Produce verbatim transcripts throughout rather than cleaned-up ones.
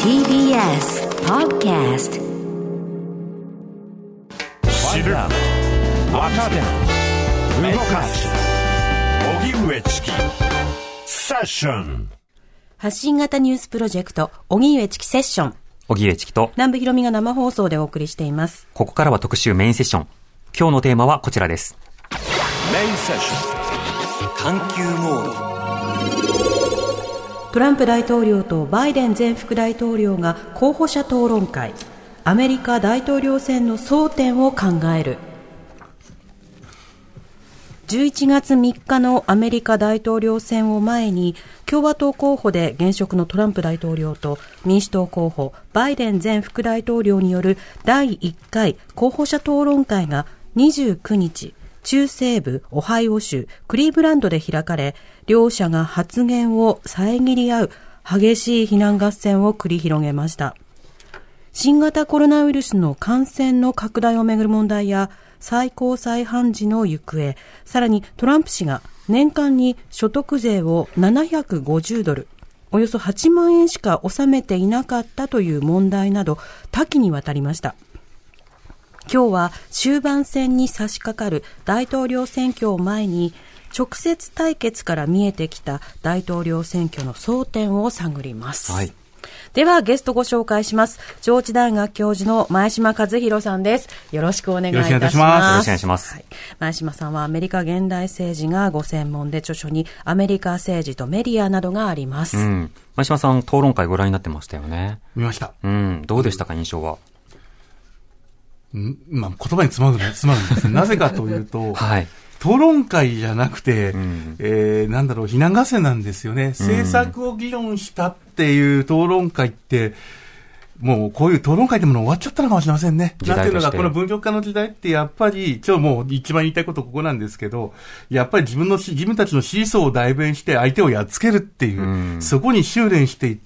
ティービーエス Podcast。 知る、わかる、動かす。荻上チキセッション。 発信型ニュースプロジェクト荻上チキセッション。 荻上チキと南部ひろみが生放送でお送りしています。 ここからは特集メインセッション。今日のテーマはこちらです。 メインセッション、 探求モード。 トランプ大統領とバイデン前副大統領が候補者討論会。アメリカ大統領選の争点を考える。じゅういちがつみっかのアメリカ大統領選を前に、共和党候補で現職のトランプ大統領と民主党候補バイデン前副大統領によるだいいっかい候補者討論会がにじゅうくにち、中西部オハイオ州クリーブランドで開かれ、両者が発言を遮り合う激しい非難合戦を繰り広げました。新型コロナウイルスの感染の拡大をめぐる問題や最高裁判事の行方、さらにトランプ氏が年間に所得税をななひゃくごじゅうドル、およそはちまんえんしか納めていなかったという問題など多岐にわたりました。今日は終盤戦に差し掛かる大統領選挙を前に、直接対決から見えてきた大統領選挙の争点を探ります。はい、ではゲストご紹介します。上智大学教授の前島和弘さんです。よろしくお願いいたします。 よろしくお願いします。 はい、前島さんはアメリカ現代政治がご専門で、著書にアメリカ政治とメディアなどがあります。 うん、前島さん、討論会ご覧になってましたよね。 見ました。 うん、どうでしたか、印象は。 うん、まあ、言葉に詰まる詰まるんですね。なぜかというと、はい、討論会じゃなくて、うん、えー、なんだろう、非難合戦なんですよね。政策を議論したっていう討論会って、もうこういう討論会ってもの終わっちゃったのかもしれませんね。なんていうのが、この分極化の時代ってやっぱり、今日もう一番言いたいことここなんですけど、やっぱり自分の、自分たちの思想を代弁して相手をやっつけるっていう、うん、そこに修練していって、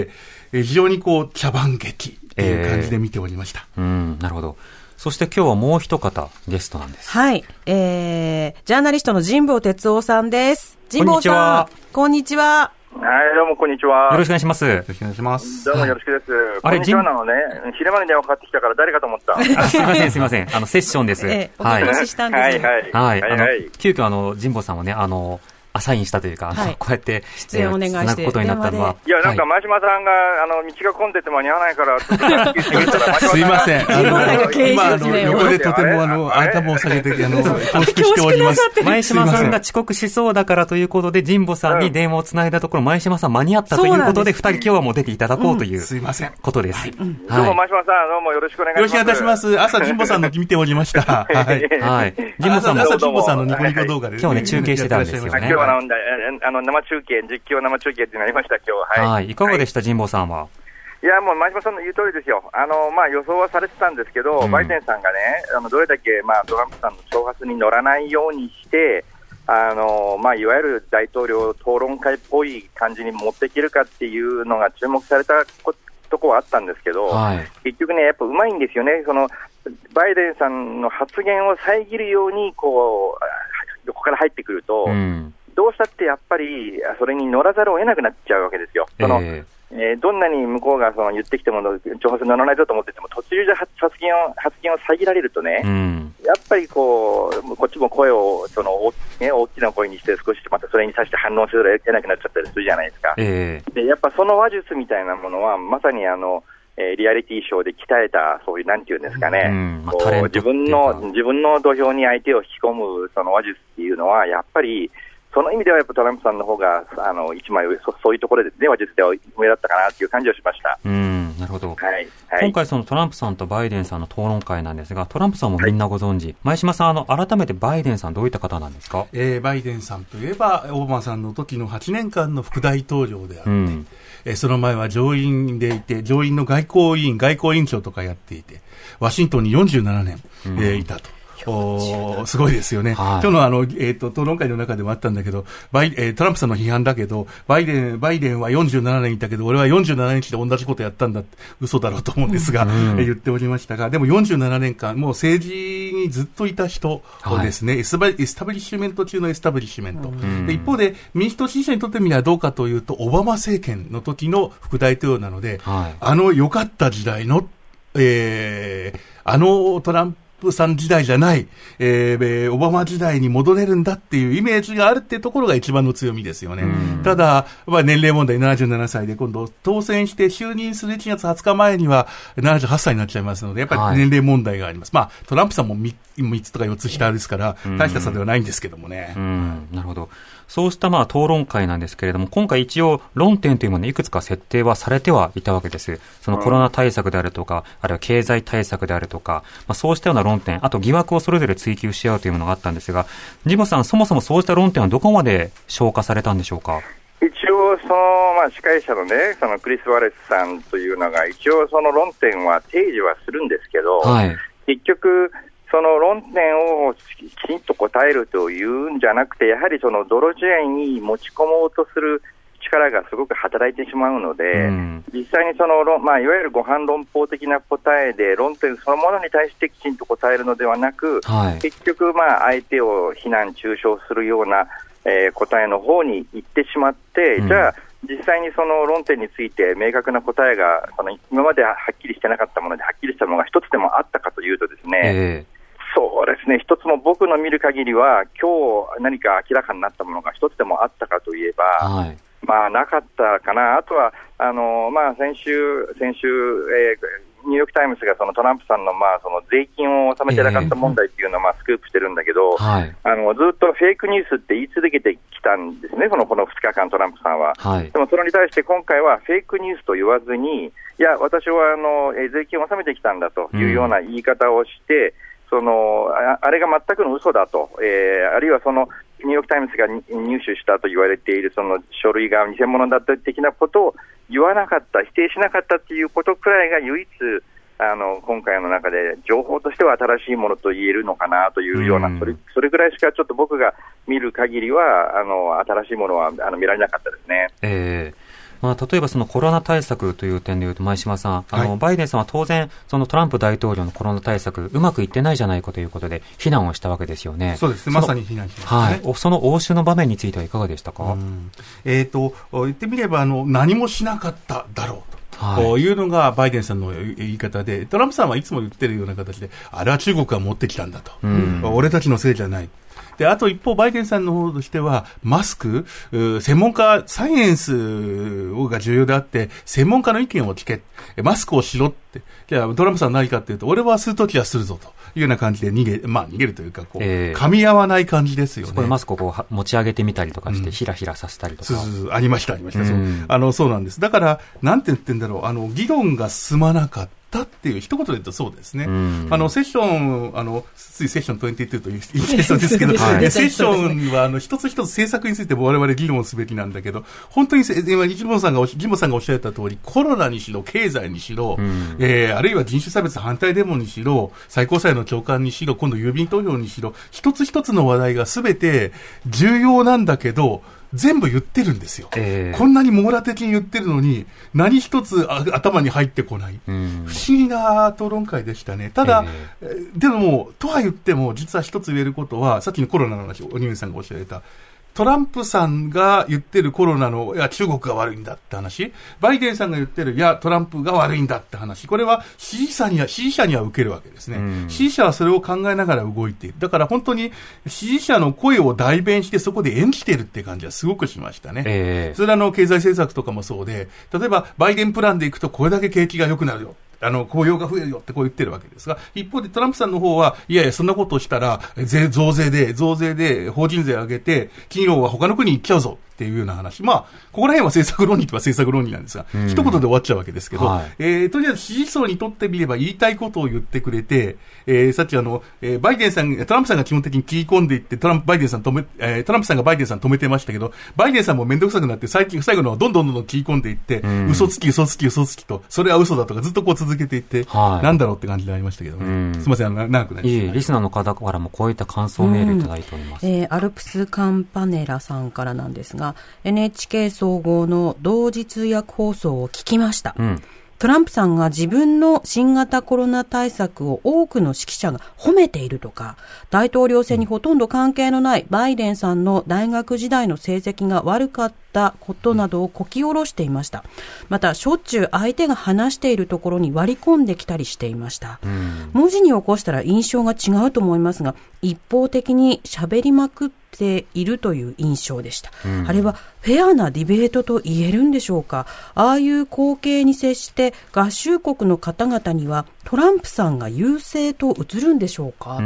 えー、非常にこう、茶番劇っていう感じで見ておりました。 えー、うん、なるほど。そして今日はもう一方ゲストなんです。 はい、えー、ジャーナリストの神保哲夫さんです。神保さん、こんにちは。 はい、どうもこんにちは。 よろしくお願いします。よろしくお願いします。 どうもよろしくです。はい、こんにちはなのね、昼間に電話かかってきたから誰かと思った。 すいませんすいません。あのセッションです。 えー、お聞きしたんです。 はいはいはい。はい、あの急遽あの神保さんをね、あのアサインしたというか、はい、こうやって出演お願いして、 つなぐことになったのは、 いや、なんか前島さんが、あの道が混んでて間に合わないからすいません、あの今あの横でとてもあの頭を下げてあの恐縮しております。 前島さんが遅刻しそうだからということで神保さんに電話をつないだところ、前島さん間に合ったということで、二人今日はもう出ていただこうということです。 どうも前島さん、どうもよろしくお願いします。 よろしくお願いいたします。朝神保さんの見ておりました。はい。 神保さんも朝神保さんのニコニコ動画で今日ね中継してたんですよね。 あの生中継、実況生中継ってなりました、今日は。 はい。いかがでした、神保さんは。 いや、もう前島さんの言う通りですよ。あの、まあ、予想はされてたんですけど、うん、バイデンさんがね、あのどれだけ、まあ、トランプさんの挑発に乗らないようにして、あの、まあ、いわゆる大統領討論会っぽい感じに持っていけるかっていうのが注目されたところはあったんですけど、はい、結局ね、やっぱうまいんですよね。そのバイデンさんの発言を遮るようにこう横から入ってくると、うん、どうしたってやっぱりそれに乗らざるを得なくなっちゃうわけですよ。その、えーえー、どんなに向こうがその言ってきても挑発に乗らないぞと思ってても途中で発言を発言を遮られるとね、うん、やっぱりこうこっちも声をその大、ね、大きな声にして少しまたそれに対して反応せざるを得なくなっちゃったりするじゃないですか。えー、でやっぱその話術みたいなものはまさにあのえー、リアリティショーで鍛えたそういうなんていうんですかね、うんまあ、こう自分の自分の土俵に相手を引き込むその話術っていうのはやっぱりその意味ではやっぱトランプさんの方があの一枚上 そ, そういうところで、ね、話術では上だったかなという感じをしました。 うんなるほど、 はいはい、 今回そのトランプさんとバイデンさんの討論会なんですが、トランプさんもみんなご存知、はい、前島さんあの改めてバイデンさんどういった方なんですか。 えー、バイデンさんといえばオバマさんの時のはちねんかんの副大統領であって、うんえー、その前は上院でいて上院の外交委員外交委員長とかやっていてワシントンによんじゅうななねん、うんえー、いたと。おすごいですよね、はい、今日のあの、えーと、討論会の中でもあったんだけどバイ、えー、トランプさんの批判だけどバイデン、バイデンはよんじゅうななねんいたけど俺はよんじゅうななねんで同じことやったんだって嘘だろうと思うんですが、うん、えー、言っておりましたが、でもよんじゅうななねんかんもう政治にずっといた人ですね、はい、エスタブリッシュメント中のエスタブリッシュメント、うん、で一方で民主党支持者にとってみればどうかというとオバマ政権の時の副大統領なので、はい、あの良かった時代の、えー、あのトランプさん時代じゃない、えー、オバマ時代に戻れるんだっていうイメージがあるっていうところが一番の強みですよね。ただ、まあ、年齢問題ななじゅうななさいで今度当選して就任するいちがつはつかまえにはななじゅうはっさいになっちゃいますので、やっぱり年齢問題があります。はい、まあ、トランプさんも 3, 3つとかよっつ下ですから、大した差ではないんですけどもね。 うん、なるほど。そうしたまあ討論会なんですけれども、今回一応論点というものいくつか設定はされてはいたわけです。そのコロナ対策であるとか、あるいは経済対策であるとか、まあ、そうしたような論点、あと疑惑をそれぞれ追及し合うというものがあったんですが、神保さん、そもそもそうした論点はどこまで消化されたんでしょうか。 一応その、まあ、司会者のね、そのクリス・ワレスさんというのが一応その論点は提示はするんですけど、はい、結局その論点をきちんと答えるというんじゃなくて、やはりその泥仕合に持ち込もうとする力がすごく働いてしまうので、うん、実際にその、まあ、いわゆるご反論法的な答えで論点そのものに対してきちんと答えるのではなく、はい、結局、まあ、相手を非難中傷するような、えー、答えの方に行ってしまって、うん、じゃあ実際にその論点について明確な答えがその今まではっきりしてなかったものではっきりしたものが一つでもあったかというとですね、えーそうですね、一つも僕の見る限りは今日何か明らかになったものが一つでもあったかといえば、はい、まあなかったかな。あとはあの、まあ、先週先週、えー、ニューヨークタイムズがそのトランプさんの、まあ、その税金を納めてなかった問題っていうのを、まあ、スクープしてるんだけど、はい、あのずっとフェイクニュースって言い続けてきたんですね、そのこのふつかかんトランプさんは、はい、でもそれに対して今回はフェイクニュースと言わずに、いや私はあの、えー、税金を納めてきたんだというような言い方をして、うん、その あ, あれが全くの嘘だと、えー、あるいはそのニューヨークタイムズが入手したと言われているその書類が偽物だった的なことを言わなかった、否定しなかったということくらいが唯一あの今回の中で情報としては新しいものと言えるのかなというような、うん、それ、それぐらいしかちょっと僕が見る限りはあの新しいものはあの見られなかったですね。 えーまあ、例えばそのコロナ対策という点でいうと前島さん、あの、はい、バイデンさんは当然そのトランプ大統領のコロナ対策うまくいってないじゃないかということで非難をしたわけですよね。 そうですね、まさに非難しましたね。 はい、その応酬の場面についてはいかがでしたか。うん、 えーと、言ってみればあの何もしなかっただろうと、はい、こういうのがバイデンさんの言い方で、トランプさんはいつも言ってるような形で、あれは中国が持ってきたんだと、うん、俺たちのせいじゃない。で、あと一方、バイデンさんの方としては、マスク、専門家、サイエンスが重要であって、専門家の意見を聞け、マスクをしろって、じゃあ、トランプさんは何かっていうと、俺は吸うときはするぞというような感じで逃げ、まあ逃げるというか、こう、えー、噛み合わない感じですよね。 そこでマスクをこう持ち上げてみたりとかして、うん、ひらひらさせたりとか。 そうそうそう、ありました、ありました。うん、そう、あの、そうなんです。だから、なんて言ってんだろう、あの、議論が進まなかった。っていう一言で言うとそうですね。あのセッションあのついセッションにじゅうにという言いそうですけど、はい、セッションはあの一つ一つ政策についても我々議論すべきなんだけど、本当に今ジモさんがジモさんがおっしゃった通り、コロナにしろ経済にしろ、えー、あるいは人種差別反対デモにしろ、最高裁の長官にしろ、今度郵便投票にしろ、一つ一つの話題がすべて重要なんだけど。全部言ってるんですよ、えー、こんなに網羅的に言ってるのに何一つ頭に入ってこない、うん、不思議な討論会でしたね。ただ、えー、でもとは言っても実は一つ言えることは、さっきのコロナの話おにぎりさんがおっしゃられたトランプさんが言ってるコロナの、いや、中国が悪いんだって話。バイデンさんが言ってる、いや、トランプが悪いんだって話。これは支持者には、支持者には受けるわけですね。うん、支持者はそれを考えながら動いている。だから本当に支持者の声を代弁してそこで演じているって感じはすごくしましたね。えー、それはあの、経済政策とかもそうで、例えばバイデンプランでいくとこれだけ景気が良くなるよ。あの、雇用が増えるよってこう言ってるわけですが、一方でトランプさんの方は、いやいや、そんなことをしたら、税、増税で、増税で法人税上げて、企業は他の国に行っちゃうぞ。っていうような話。まあ、ここら辺は政策論理とは政策論理なんですが、うん、一言で終わっちゃうわけですけど、はい、えー、とりあえず支持層にとってみれば言いたいことを言ってくれて、えー、さっきあの、えー、バイデンさん、トランプさんが基本的に切り込んでいって、トランプ、バイデンさん止め、えー、トランプさんがバイデンさん止めてましたけど、バイデンさんもめんどくさくなって、最近、最後のはどんどんどんどん切り込んでいって、うん、嘘つき、嘘つき、嘘つきと、それは嘘だとかずっとこう続けていって、はい、なんだろうって感じでありましたけどね。うん、すみません、長くなりました。 いえ、リスナーの方からもこういった感想メールいただいております。 うん、えー、アルプスカンパネラさんからなんですが、エヌエイチケー 総合の同日通訳放送を聞きました。うん、 トランプさんが自分の新型コロナ対策を多くの識者が褒めているとか、大統領選にほとんど関係のないバイデンさんの大学時代の成績が悪かったことなどをこき下ろしていました。またしょっちゅう相手が話しているところに割り込んできたりしていました。文字に起こしたら印象が違うと思いますが、一方的に喋りまくっているという印象でした。あれはフェアなディベートと言えるんでしょうか。ああいう光景に接して合衆国の方々にはトランプさんが優勢と映るんでしょうか。うん、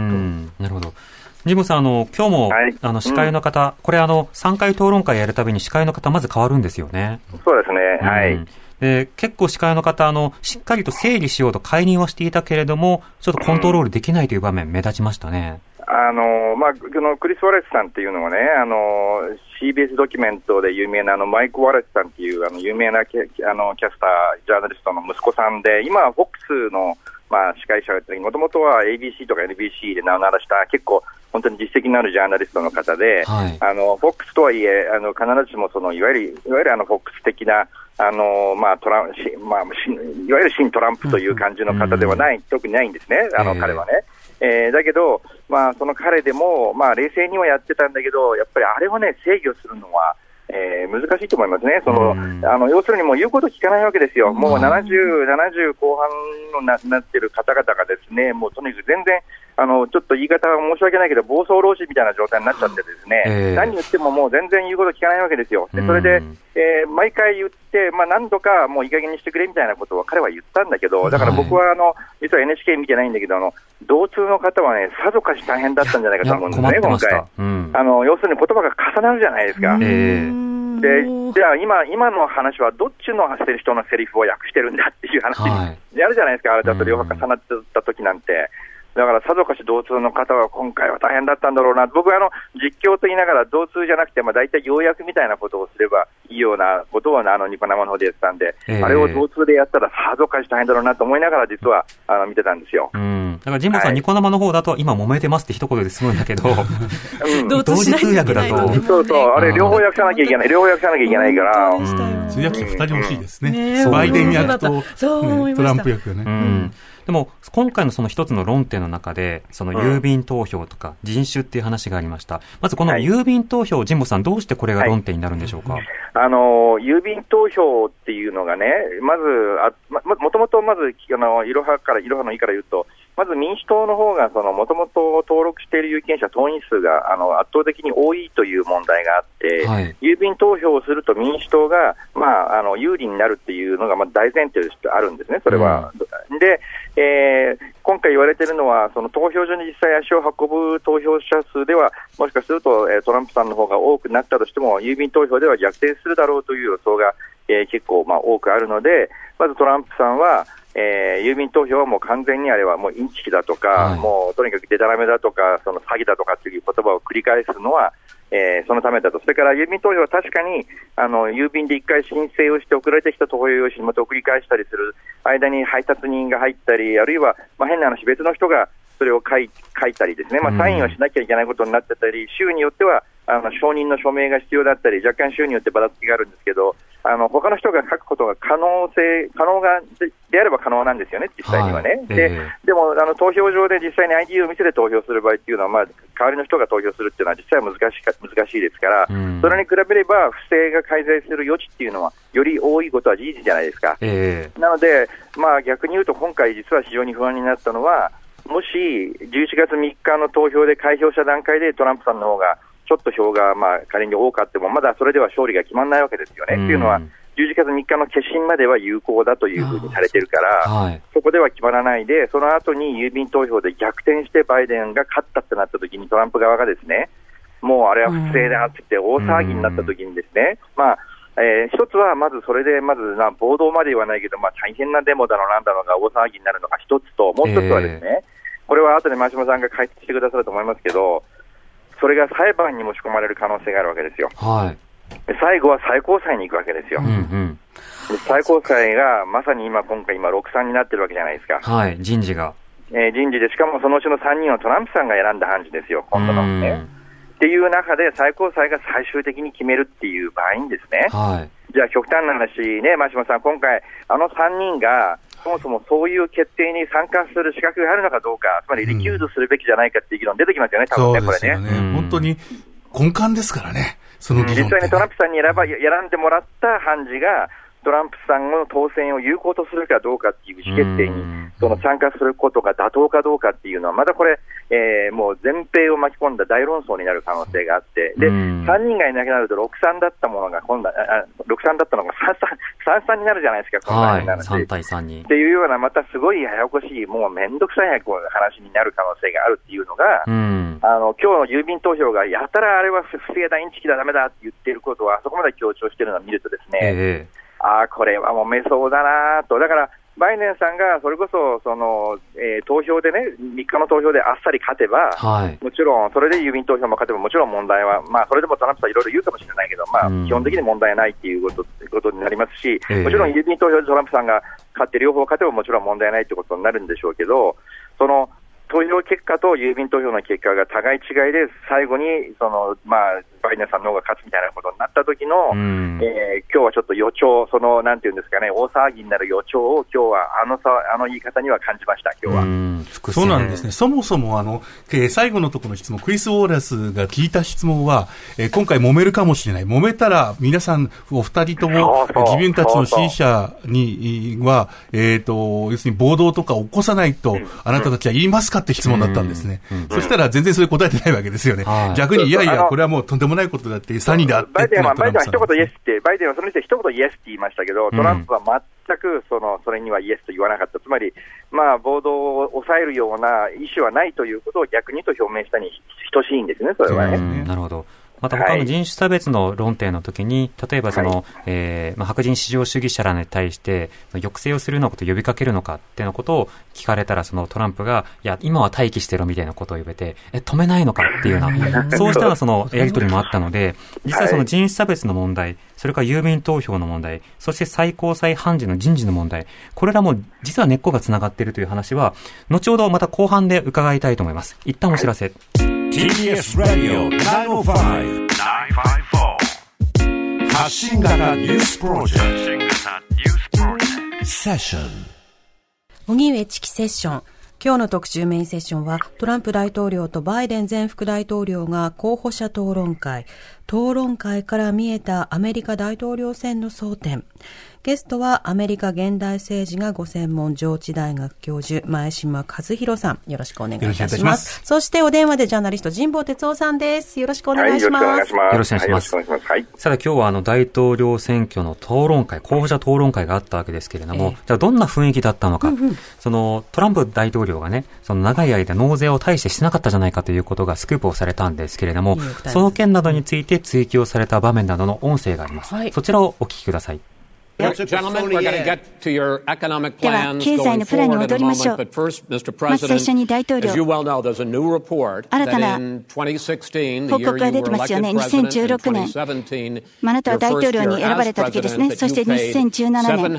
なるほど。ジムさん、あの今日も、はい、あの司会の方、うん、これあのさんかい討論会やるたびに司会の方まず変わるんですよね。 そうですね、うん、はい。 で結構司会の方あのしっかりと整理しようと介入はしていたけれども、ちょっとコントロールできないという場面目立ちましたね。 あのまあ、このクリス・ワレスさんっていうのはね、あの シービーエス ドキュメントで有名なあのマイク・ワレスさんっていうあの有名なキャあのキャスター、ジャーナリストの息子さんで、今は フォックス の、まあ、司会者をやって、もともとは エービーシー とか エヌビーシー で名を鳴らした結構本当に実績のあるジャーナリストの方で、はい、あの フォックス とはいえあの必ずしもそのいわゆるいわゆるあの フォックス 的なあの、まあトランまあ、いわゆる新トランプという感じの方ではない、うん、特にないんですね、あの彼はね。えー、だけど、まあ、その彼でも、まあ、冷静にはやってたんだけど、やっぱりあれをね、制御するのは、えー、難しいと思いますね。その、あの、要するにもう言うこと聞かないわけですよ。もうななじゅう、ななじゅう後半のな、なってる方々がですね、もうとにかく全然、あの、ちょっと言い方は申し訳ないけど、暴走老人みたいな状態になっちゃってですね、えー、何言ってももう全然言うこと聞かないわけですよ。でそれで、えー、毎回言って、まあ何度かもういい加減にしてくれみたいなことを彼は言ったんだけど、だから僕はあの、実は エヌエイチケー 見てないんだけど、あの、同通の方はね、さぞかし大変だったんじゃないかと思うんですね、今回。うん、あの、要するに言葉が重なるじゃないですか。えーでじゃあ今、今の話はどっちの人のセリフを訳してるんだっていう話にやるじゃないですか、はい、だと両方重なってた時なんて。だからさぞかし同通の方は今回は大変だったんだろうな。僕はあの実況と言いながら同通じゃなくて、まあ、大体要約みたいなことをすればいいようなことをあのニコ生の方でやってたんで、えー、あれを同通でやったらさぞかし大変だろうなと思いながら実はあの見てたんですよ。 うん、だから神保さん、はい、ニコ生の方だと今揉めてますって一言で済むんだけど、うん、同時通訳だとそうそう、あれ両方訳さなきゃいけない両方訳さなきゃいけないから、うん、 通訳者ふたり欲しいですね、ねバイデン役と、ね、トランプ役がね、うん、 でも今回のその一つの論点の中でその郵便投票とか人種っていう話がありました。まずこの郵便投票、神保さん、どうしてこれが論点になるんでしょうか。はい、 あの郵便投票っていうのがね、まずあ ま, もともとまずあのいろはからいろはの意から言うと、まず民主党の方がもともと登録している有権者党員数があの圧倒的に多いという問題があって、はい、郵便投票をすると民主党が、まあ、あの有利になるっていうのがまあ大前提としてあるんですね、それは。うん、で、えー、今回言われているのは、その投票所に実際足を運ぶ投票者数では、もしかすると、えー、トランプさんの方が多くなったとしても、郵便投票では逆転するだろうという予想が、えー、結構まあ多くあるので、まずトランプさんは、えー、郵便投票はもう完全にあれはもうインチキだとか、はい、もうとにかくデタラメだとか、その詐欺だとかという言葉を繰り返すのは、えー、そのためだと。それから郵便投票は確かにあの郵便で一回申請をして送られてきた投票用紙にまた送り返したりする間に配達人が入ったり、あるいは、まあ、変な話、別の人がそれを書い、書いたりですね、まあ、サインをしなきゃいけないことになってたり、州によってはあの承認の署名が必要だったり、若干州によってばらつきがあるんですけど、あの他の人が書くことが可能性可能が で, であれば可能なんですよね、実際にはね。はい、で, で, でもあの投票上で実際に アイディー を見せて投票する場合っていうのは、まあ、代わりの人が投票するっていうのは実際は難しか難しいですから、うん、それに比べれば不正が介在する余地っていうのはより多いことは事実じゃないですか。えー、なので、まあ、逆に言うと今回実は非常に不安になったのは、もしじゅういちがつみっかの投票で開票した段階でトランプさんの方がちょっと票がまあ仮に多かっても、まだそれでは勝利が決まらないわけですよね。っていうのはじゅういちがつみっかの決心までは有効だというふうにされているから、はい、そこでは決まらないで、その後に郵便投票で逆転してバイデンが勝ったってなった時にトランプ側がですね、もうあれは不正だって言って大騒ぎになった時にですね、まあえー、一つはまずそれでまずな暴動まで言わないけど、まあ、大変なデモだのなんだのが大騒ぎになるのが一つと、もう一つはですね、えー、これは後で前島さんが解説してくださると思いますけど、それが裁判に持ち込まれる可能性があるわけですよ。はい、最後は最高裁に行くわけですよ。うんうん、で最高裁がまさに今今回今ろくたいさんになってるわけじゃないですか。 はい、人事が、 えー、人事で、しかもそのうちのさんにんはトランプさんが選んだ判事ですよ、今度のね。っていう中で最高裁が最終的に決めるっていう場合にですね、はい、 じゃあ極端な話ね、真島さん、今回、あのさんにんが、そもそもそういう決定に参加する資格があるのかどうか、つまりリキューズするべきじゃないかっていう議論出てきますよね、多分ね、これね。 本当に根幹ですからね、その議論って、ね、 実際にトランプさんに選ば選んでもらった判事が、トランプさんの当選を有効とするかどうかっていう意思決定にその参加することが妥当かどうかっていうのは、またこれ、えー、もう全米を巻き込んだ大論争になる可能性があって、で、さんにんがいなくなるとろくたいさんだったものが今度は、ろくたいさんだったのがさんたいさんになるじゃないですか、このはい、さんたいさんに。 っていうような、またすごいややこしい、もうめんどくさい話になる可能性があるっていうのが、うん、あの今日の郵便投票がやたらあれは不正だ、インチキだ、ダメだって言っていることは、あそこまで強調しているのを見るとですね、えーああ、これは揉めそうだなと。だから、バイデンさんがそれこそ、その、えー、投票でね、みっかの投票であっさり勝てば、はい、もちろん、それで郵便投票も勝てば、もちろん問題は、まあ、それでもトランプさんいろいろ言うかもしれないけど、まあ、基本的に問題ないっていうこと、ことになりますし、えー、もちろん郵便投票でトランプさんが勝って、両方勝てばもちろん問題ないってことになるんでしょうけど、その、投票結果と郵便投票の結果が互い違いで、最後にその、まあ、バイデンさんの方が勝つみたいなことになった時の、えー、今日はちょっと予兆、そのなんていうんですかね、大騒ぎになる予兆を今日はあのさあの言い方には感じました。今日は。うんそうなんですね。そもそもあの、えー、最後のところの質問、クリス・ウォーラスが聞いた質問は、えー、今回揉めるかもしれない。揉めたら皆さんお二人とも自分たちの支持者には、えっと要するに暴動とか起こさないと、うん、あなたたちは言いますかって質問だったんですね。うんうん、そしたら全然それ答えてないわけですよね。はい、逆にいやいやこれはもうとんでもないことだってさんにんであってバイデンはバイデンは一言イエスって、バイデンはその人一言イエスって言いましたけど、トランプは全くそのそれにはイエスと言わなかった。つまりまあ暴動を抑えるような意思はないということを逆にと表明したに等しいんですね。それはね。 なるほど。また他の人種差別の論点の時に、はい、例えばその、はいえーまあ、白人至上主義者らに対して抑制をするようなことを呼びかけるのかっていうのことを聞かれたら、そのトランプがいや今は待機してろみたいなことを言われて、え止めないのかっていうようなそうしたそのやり取りもあったので、実はその人種差別の問題、それから郵便投票の問題、そして最高裁判事の人事の問題、これらも実は根っこがつながっているという話は後ほどまた後半で伺いたいと思います。一旦お知らせ。 ティービーエス Radio きゅうまるご、きゅうごよん発信型ニュースプロジェクトセッション荻上チキセッション。今日の特集メインセッションはトランプ大統領とバイデン前副大統領が候補者討論会。討論会から見えたアメリカ大統領選の争点。ゲストはアメリカ現代政治がご専門、上智大学教授前島和弘さん、よろしくお願いいたします。ます。そしてお電話でジャーナリスト神保哲夫さんです。よろしくお願いします。はい、よろしくお願いします。 よろしくお願いします。はい、さて今日はあの大統領選挙の討論会、候補者討論会があったわけですけれども、えー、じゃあどんな雰囲気だったのか、うんうん、そのトランプ大統領がね、その長い間納税を大してしなかったじゃないかということがスクープをされたんですけれども、その件などについて追及された場面などの音声があります。はい、そちらをお聞きください。 では、経済のプランに戻りましょう。まず最初に大統領、新たな報告が出てますよね。にせんじゅうろくねん、あなたは大統領に選ばれた時ですね。そしてにせんじゅうななねん、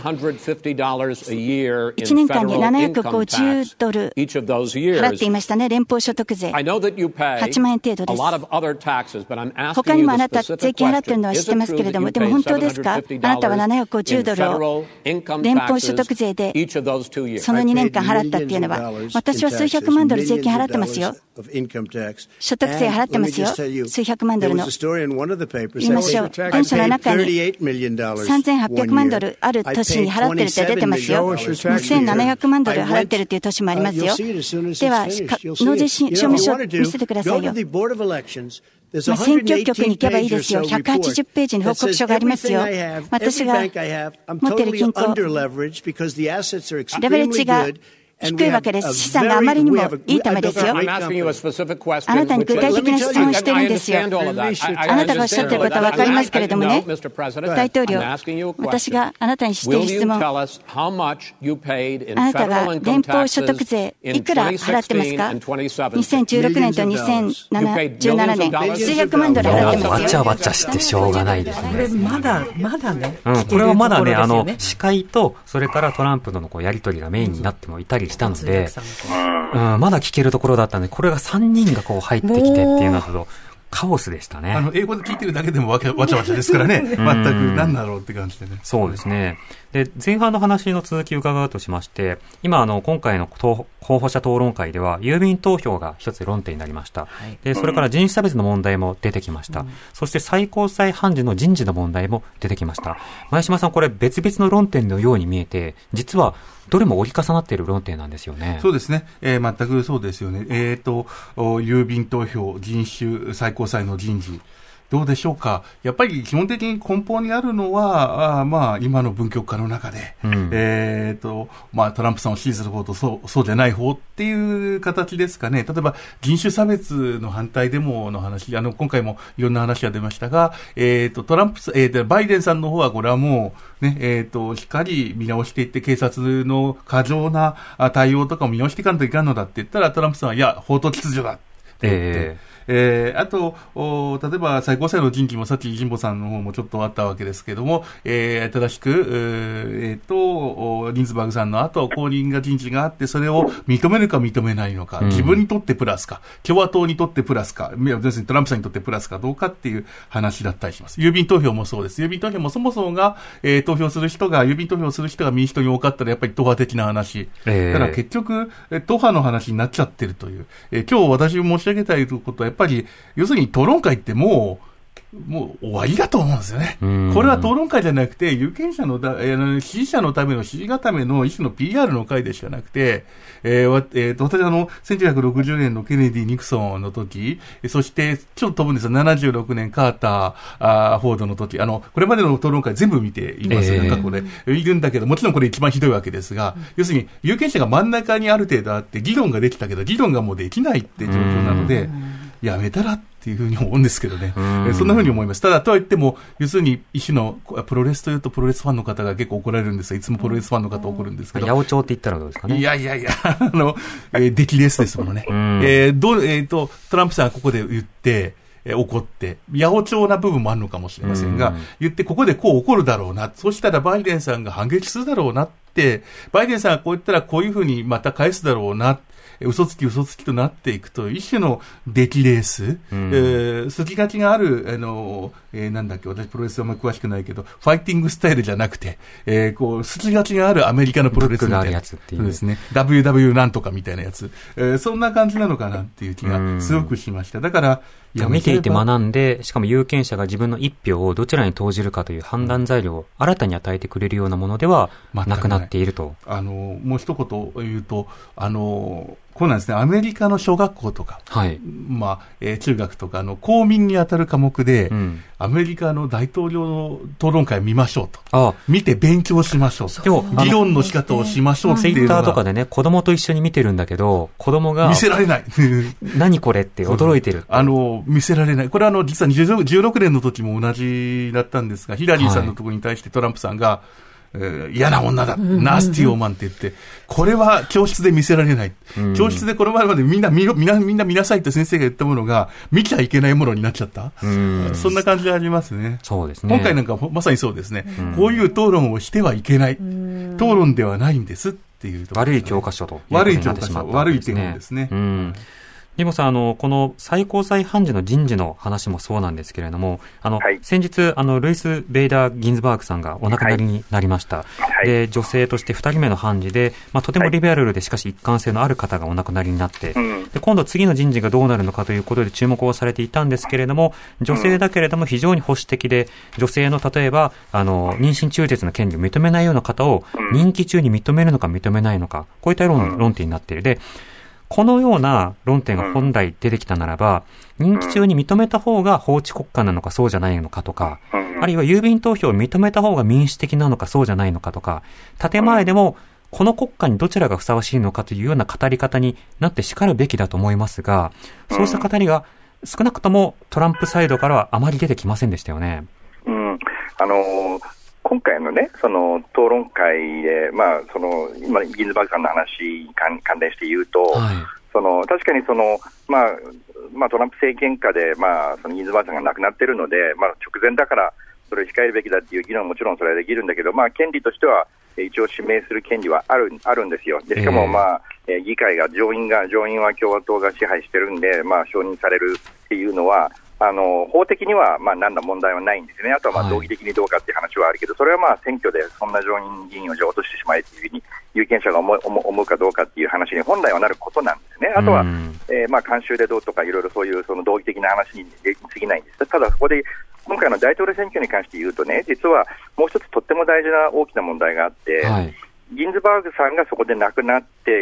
いちねんかんにななひゃくごじゅうドル払っていましたね、連邦所得税。はちまんえん程度です。他にもあなた税金払っているのは知ってますけれども、でも本当ですか？あなたはななひゃくごじゅうドルを連邦所得税でそのにねんかん払ったっていうのは、私は数百万ドル税金払ってますよ。所得税払ってますよ。数百万ドルの。言いましょう。文書の中にさんぜんはっぴゃくまんドルある年に払ってるって出てますよ。にせんななひゃくまんドル払ってるっていう年もありますよ。では、納税証明書を見せてくださいよ。まあ、選挙局に行けばいいですよ。ひゃくはちじゅっページの報告書がありますよ。私が持っている銀行、レベレッジが低いわけです。資産があまりにもいいためですよ。あなたに具体的な質問をしているんですよ。あなたがおっしゃっていることは分かりますけれどもね、大統領、私があなたにしている質問、あなたが連邦所得税いくら払ってますか？にせんじゅうろくねんとにせんじゅうななねん、数百万ドル払ってますよ。 わちゃわちゃしてしょうがないですね。 これまだまだね、 うん、これはまだね、あの司会とそれからトランプとのこうやり取りがメインになってもいたりしたので、うん、まだ聞けるところだったので、これがさんにんがこう入ってきてっていうのと、 カオスでしたね。 あの英語で聞いてるだけでもわちゃわちゃわちゃですからね。全く何だろうって感じでね。 そうですね。で、前半の話の続きを伺うとしまして、今あの今回の候補者討論会では郵便投票が一つ論点になりました。はい、で、それから人種差別の問題も出てきました。うん、そして最高裁判事の人事の問題も出てきました。前島さん、これ別々の論点のように見えて、実はどれも折り重なっている論点なんですよね。 そうですね。えー、全くそうですよね。えっと、郵便投票、人種、最高裁の人事。どうでしょうか。やっぱり基本的に根本にあるのは、あまあ、今の分極化の中で、うん、えっと、まあ、トランプさんを支持する方とそう、そうじゃない方っていう形ですかね。例えば、人種差別の反対デモの話、あの、今回もいろんな話が出ましたが、えっと、トランプ、えっと、バイデンさんの方は、これはもう、ね、えっと、しっかり見直していって、警察の過剰な対応とかを見直していかんといかんのだって言ったら、トランプさんは、いや、法と秩序だって言って、えーえー、あと、例えば最高裁の人事もさっき神保さんの方もちょっとあったわけですけども、えー、正しく、えー、と、ギンズバーグさんの後、後任が人事があって、それを認めるか認めないのか、うん、自分にとってプラスか、共和党にとってプラスか、要するにトランプさんにとってプラスかどうかっていう話だったりします。郵便投票もそうです。郵便投票もそもそもが、えー、投票する人が、郵便投票する人が民主党に多かったらやっぱり党派的な話。えー、だから結局、党派の話になっちゃってるという。えー、今日私申し上げたいことは、やっぱり、要するに討論会ってもう、もう終わりだと思うんですよね。これは討論会じゃなくて、有権者のだ、えー、支持者のための支持固めの一種の ピーアール の会でしかなくて、えーえー、と私はあの、せんきゅうひゃくろくじゅうねんのケネディ・ニクソンの時、そしてちょっと飛ぶんですよ、ななじゅうろくねんカーター、あーフォードの時、あの、これまでの討論会全部見ていますよ、えー、過去で。いるんだけど、もちろんこれ一番ひどいわけですが、うん、要するに有権者が真ん中にある程度あって、議論ができたけど、議論がもうできないって状況なので、やめたらっていうふうに思うんですけどね。えそんなふうに思います。ただ、とは言っても、要するに一種の、プロレスというとプロレスファンの方が結構怒られるんですが、いつもプロレスファンの方怒るんですけど。 八百長って言ったらどうですかね。 いやいやいや、あの、えー、出来レースですもんね。えー、どう、えっ、ー、と、トランプさんがここで言って、えー、怒って、八百長な部分もあるのかもしれませんが、言って、ここでこう怒るだろうな。そしたらバイデンさんが反撃するだろうなって、バイデンさんがこう言ったらこういうふうにまた返すだろうな。嘘つき嘘つきとなっていくと一種の出来レース、うん、えー、筋書きがある、あの、えー、なんだっけ、私プロレスはあんまり詳しくないけど、ファイティングスタイルじゃなくて、えー、こう、筋書きがあるアメリカのプロレスみたいな。やつっていう。そうですね。ダブリューダブリュー なんとかみたいなやつ。えー、そんな感じなのかなっていう気がすごくしました。だから、 いや見ていて学んで、しかも有権者が自分の一票をどちらに投じるかという判断材料を新たに与えてくれるようなものではなくなっていると。 あの、もう一言言うと、あの、こうなんですね、アメリカの小学校とか、はい、まあ、えー、中学とかの公民に当たる科目で、うん、アメリカの大統領の討論会を見ましょうと。ああ、見て勉強しましょうと。でも、議論の仕方をしましょうっていうのが。 ツイッターとかでね、子供と一緒に見てるんだけど、子供が。 見せられない。 何これって驚いてる。 あの、見せられない。これはあの、実はじゅうろくねんの時も同じだったんですが、ヒラリーさんのところに対してトランプさんが、はい、えー、嫌な女だ、ナスティオーマンって言って、これは教室で見せられない。教室でこの前までみんな見ろ、みんな、みんな見なさいって先生が言ったものが、見ちゃいけないものになっちゃった。そんな感じがありますね。 そうですね。 今回なんかまさにそうですね。こういう討論をしてはいけない。討論ではないんですっていう、ね。 悪い教科書ということになってしまった、ね。悪い教科書、悪い手本ですね。 うんでもさ、あの、この最高裁判事の人事の話もそうなんですけれども、あの、はい、先日、あの、ルイス・ベイダー・ギンズバーグさんがお亡くなりになりました。はい、で、女性として二人目の判事で、まあ、とてもリベラルで、しかし一貫性のある方がお亡くなりになって、うん、で、今度次の人事がどうなるのかということで注目をされていたんですけれども、女性だけれども非常に保守的で、女性の例えば、あの、妊娠中絶の権利を認めないような方を、任期中に認めるのか認めないのか、こういった論、論点になっている。で、このような論点が本来出てきたならば、任期中に認めた方が法治国家なのかそうじゃないのかとか、あるいは郵便投票を認めた方が民主的なのかそうじゃないのかとか、建前でもこの国家にどちらがふさわしいのかというような語り方になってしかるべきだと思いますが、そうした語りが少なくともトランプサイドからはあまり出てきませんでしたよね。 うん、あのー今回のね、その討論会で、まあ、その今、ギンズバーグさんの話に関連して言うと、はい、その確かにその、まあまあ、トランプ政権下で、まあ、そのギンズバーグさんが亡くなっているので、まあ、直前だからそれを控えるべきだという議論はもちろんそれはできるんだけど、まあ、権利としては一応指名する権利はある、あるんですよ。でしかも、まあえー、議会が上院が上院は共和党が支配してるんで、まあ、承認されるっていうのはあの法的にはまあ何ら問題はないんですね。あとはまあ道義的にどうかっていう話はあるけど、それはまあ選挙でそんな上院議員をじゃあ落としてしまえというふうに有権者が思う、思うかどうかっていう話に本来はなることなんですね。あとは、えー、まあ慣習でどうとかいろいろそういうその道義的な話に過ぎないんです。ただそこで今回の大統領選挙に関して言うとね、実はもう一つとっても大事な大きな問題があって、はい、ギンズバーグさんがそこで亡くなって、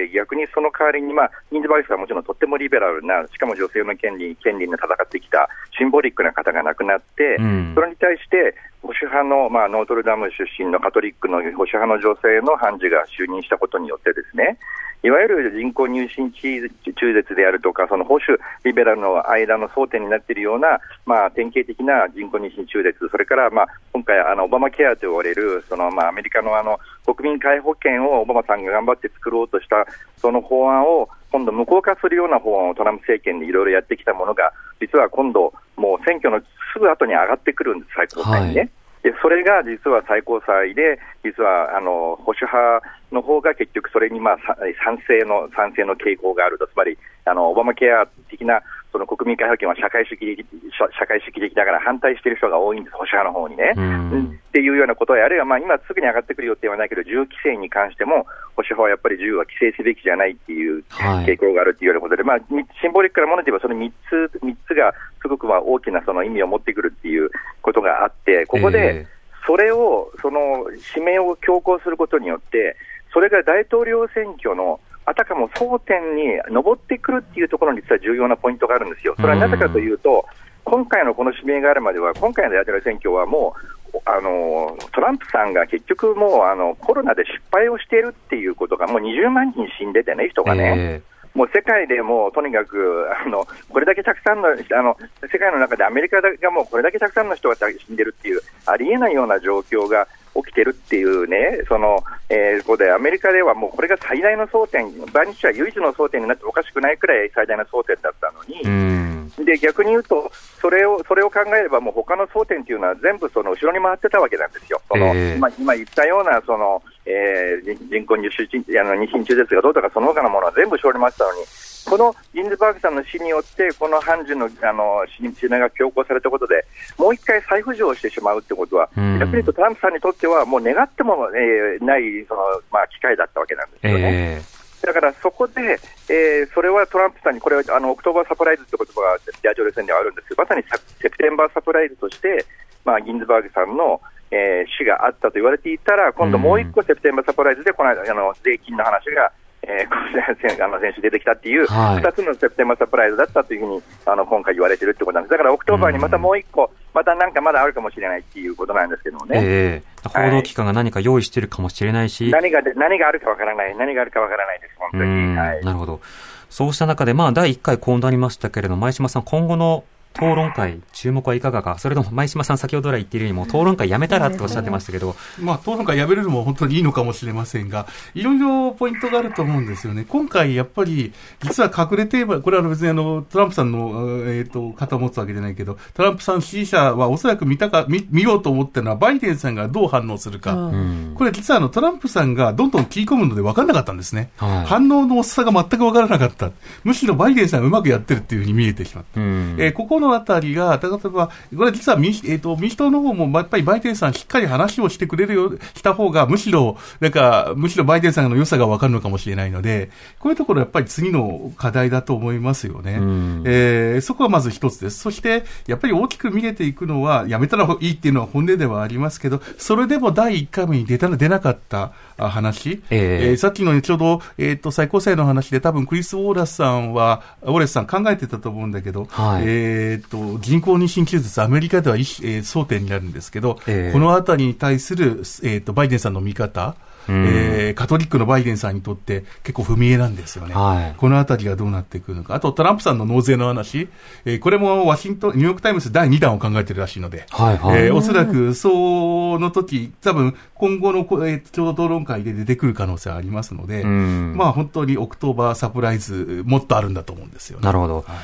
逆にその代わりに、まあ、ギンズバーグさんはもちろんとってもリベラルな、しかも女性の権利、権利に戦ってきたシンボリックな方が亡くなって、うん、それに対して保守派の、まあ、ノートルダム出身のカトリックの保守派の女性の判事が就任したことによってですね、いわゆる人工妊娠中絶であるとか、その保守リベラルの間の争点になっているような、まあ、典型的な人工妊娠中絶、それから、まあ、今回あのオバマケアと言われるその、まあ、アメリカの、あの国民皆保険をオバマさんが頑張って作ろうとしたその法案を今度無効化するような法案をトランプ政権でいろいろやってきたものが、実は今度もう選挙のすぐ後に上がってくるんです、最高裁にね。はい、でそれが実は最高裁で、実はあの保守派の方が結局それにまあ賛成の賛成の傾向があると、つまりあのオバマケア的なその国民皆保険は社会主義的社会主義的だから反対している人が多いんです、保守派の方にね。っていうようなことや、あるいはまあ今すぐに上がってくる予定はないけど、銃規制に関しても保守派はやっぱり銃は規制すべきじゃないっていう傾向があるっていうようなことで、はい、まあシンボリックなもので言えばそのみっつみっつがすごくまあ大きなその意味を持ってくるっていうことがあって、ここで、えーそれを、その指名を強行することによって、それが大統領選挙のあたかも争点に上ってくるっていうところに実は重要なポイントがあるんですよ。それはなぜかというと、今回のこの指名があるまでは、今回の大統領選挙はもう、あのトランプさんが結局もうあのコロナで失敗をしているっていうことがもうにじゅうまんにん死んでてね、人がね。えーもう世界でもうとにかくあのこれだけたくさんのあの世界の中でアメリカがもうこれだけたくさんの人が死んでるっていうありえないような状況が起きてるっていうね、その、えー、ここでアメリカではもうこれが最大の争点、場合にしては唯一の争点になっておかしくないくらい最大の争点だったのに、うんで逆に言うとそれをそれを考えればもう他の争点というのは全部その後ろに回ってたわけなんですよ。その、えー、今, 今言ったようなその、えー、人工妊娠あの妊娠中絶がどうとかその他のものは全部後ろに回ってたのに、このギンズバーグさんの死によってこの判事のあの指名が強行されたことでもう一回再浮上してしまうということは、うん、逆に言うとトランプさんにとってはもう願っても、えー、ないその、まあ、機会だったわけなんですよね。えー、だからそこで、えー、それはトランプさんにこれはあのオクトーバーサプライズという言葉が大統領選ではあるんですけど、まさにセプテンバーサプライズとして、まあ、ギンズバーグさんのえー、死があったと言われていたら、今度もう一個セプテンバーサプライズでこの間あの税金の話が、えー、あの先週出てきたっていうふたつのセプテンバーサプライズだったというふうにあの今回言われてるってことなんです。だからオクトーバーにまたもう一個、またなんかまだあるかもしれないっていうことなんですけどもね。 えー、報道機関が何か用意してるかもしれないし、 はい、何が何があるかわからない、何があるかわからないです本当に。はい、 なるほど。そうした中でまあだいいっかいこうなりましたけれども、前島さん今後の討論会、注目はいかがか。それとも前島さん先ほど来言っているようにも討論会やめたらとおっしゃってましたけど、 まあ討論会やめるのも本当にいいのかもしれませんが、いろいろポイントがあると思うんですよね。今回やっぱり実は隠れテーマ、これは別にあのトランプさんのえっと肩を持つわけじゃないけど、トランプさん支持者はおそらく見たか 見, 見ようと思ってるのはバイデンさんがどう反応するか。うん、これ実はあのトランプさんがどんどん切り込むので分からなかったんですね。はい、反応の大きさが全く分からなかった。むしろバイデンさんがうまくやってるっていうふうに見えてしまった。うん、えー、ここのあたりが例えば、これ実は民主、えーと、民主党の方もやっぱりバイデンさんしっかり話をしてくれるよ、した方がむしろ、なんか、むしろバイデンさんの良さがわかるのかもしれないので、こういうところやっぱり次の課題だと思いますよね。えー、そこはまず一つです。そして、やっぱり大きく見れていくのは、やめたらいいっていうのは本音ではありますけど、それでもだいいっかいめに出た出なかった話、えーえー、さっきのちょうど、えっと、最高裁の話で多分クリス・ウォーラスさんは、ウォーラスさん考えてたと思うんだけど、はい、えっと、人工妊娠中絶、アメリカでは、えー、争点になるんですけど、えー、このあたりに対する、えー、とバイデンさんの見方、えー、カトリックのバイデンさんにとって結構不明なんですよね。はい、このあたりがどうなってくるのか。あとトランプさんの納税の話、えー、これもワシントン、ニューヨークタイムズだいにだんを考えてるらしいので、はいはい、えー、おそらくその時、多分今後の、えー、ちょうど討論会で出てくる可能性はありますので、まあ本当にオクトーバーサプライズもっとあるんだと思うんですよね。 なるほど。はい、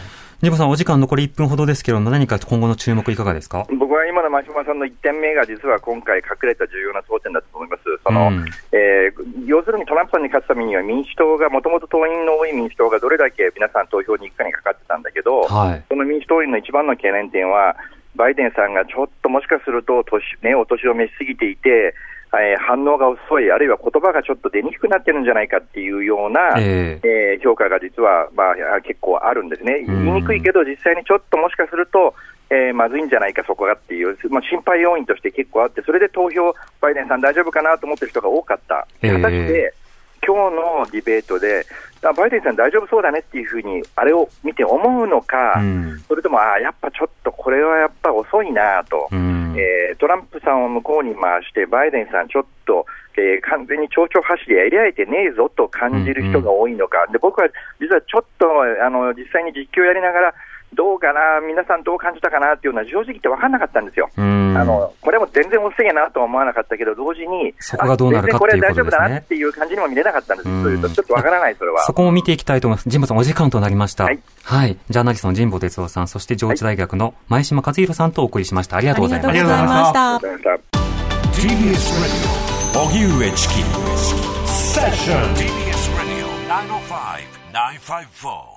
神保さん、お時間残りいっぷんほどですけれども、何か今後の注目いかがですか？ 僕は今の真島さんのいってんめが実は今回隠れた重要な争点だと思います。その、うん、えー、要するにトランプさんに勝つためには民主党が、もともと党員の多い民主党がどれだけ皆さん投票に行くかにかかってたんだけど、はい、その民主党員の一番の懸念点は、バイデンさんがちょっともしかすると年、ね、お年を召しすぎていて、えー、反応が遅い、あるいは言葉がちょっと出にくくなってるんじゃないかっていうような、えーえー、評価が実は、まあ、結構あるんですね。言いにくいけど実際にちょっともしかすると、えー、まずいんじゃないかそこがっていう、まあ、心配要因として結構あって、それで投票バイデンさん大丈夫かなと思ってる人が多かった。果たして今日のディベートでバイデンさん大丈夫そうだねっていうふうにあれを見て思うのか、うん、それともあやっぱちょっとこれはやっぱ遅いなと、うん、えー、トランプさんを向こうに回してバイデンさんちょっと、えー、完全に蝶々発でやり合えてねえぞと感じる人が多いのか、うんうん、で僕は実はちょっとあの実際に実況やりながらどうかな、皆さんどう感じたかなっていうのは正直言って分かんなかったんですよ。あのこれも全然遅いなとは思わなかったけど、同時にそこがどうなるかっていうことですね。全然これ大丈夫だなっていう感じにも見れなかったんです。そういうとちょっと分からない、それは。 そこも見ていきたいと思います。神保さん、お時間となりました。はい。はい、ジャーナリストの神保哲夫さん、そして上智大学の前島和弘さんとお送りしました。ありがとうございました。 ありがとうございました。 ティービーエス Radio 荻上チキセッション ティービーエス Radio ナインオーファイブ ナインファイブフォー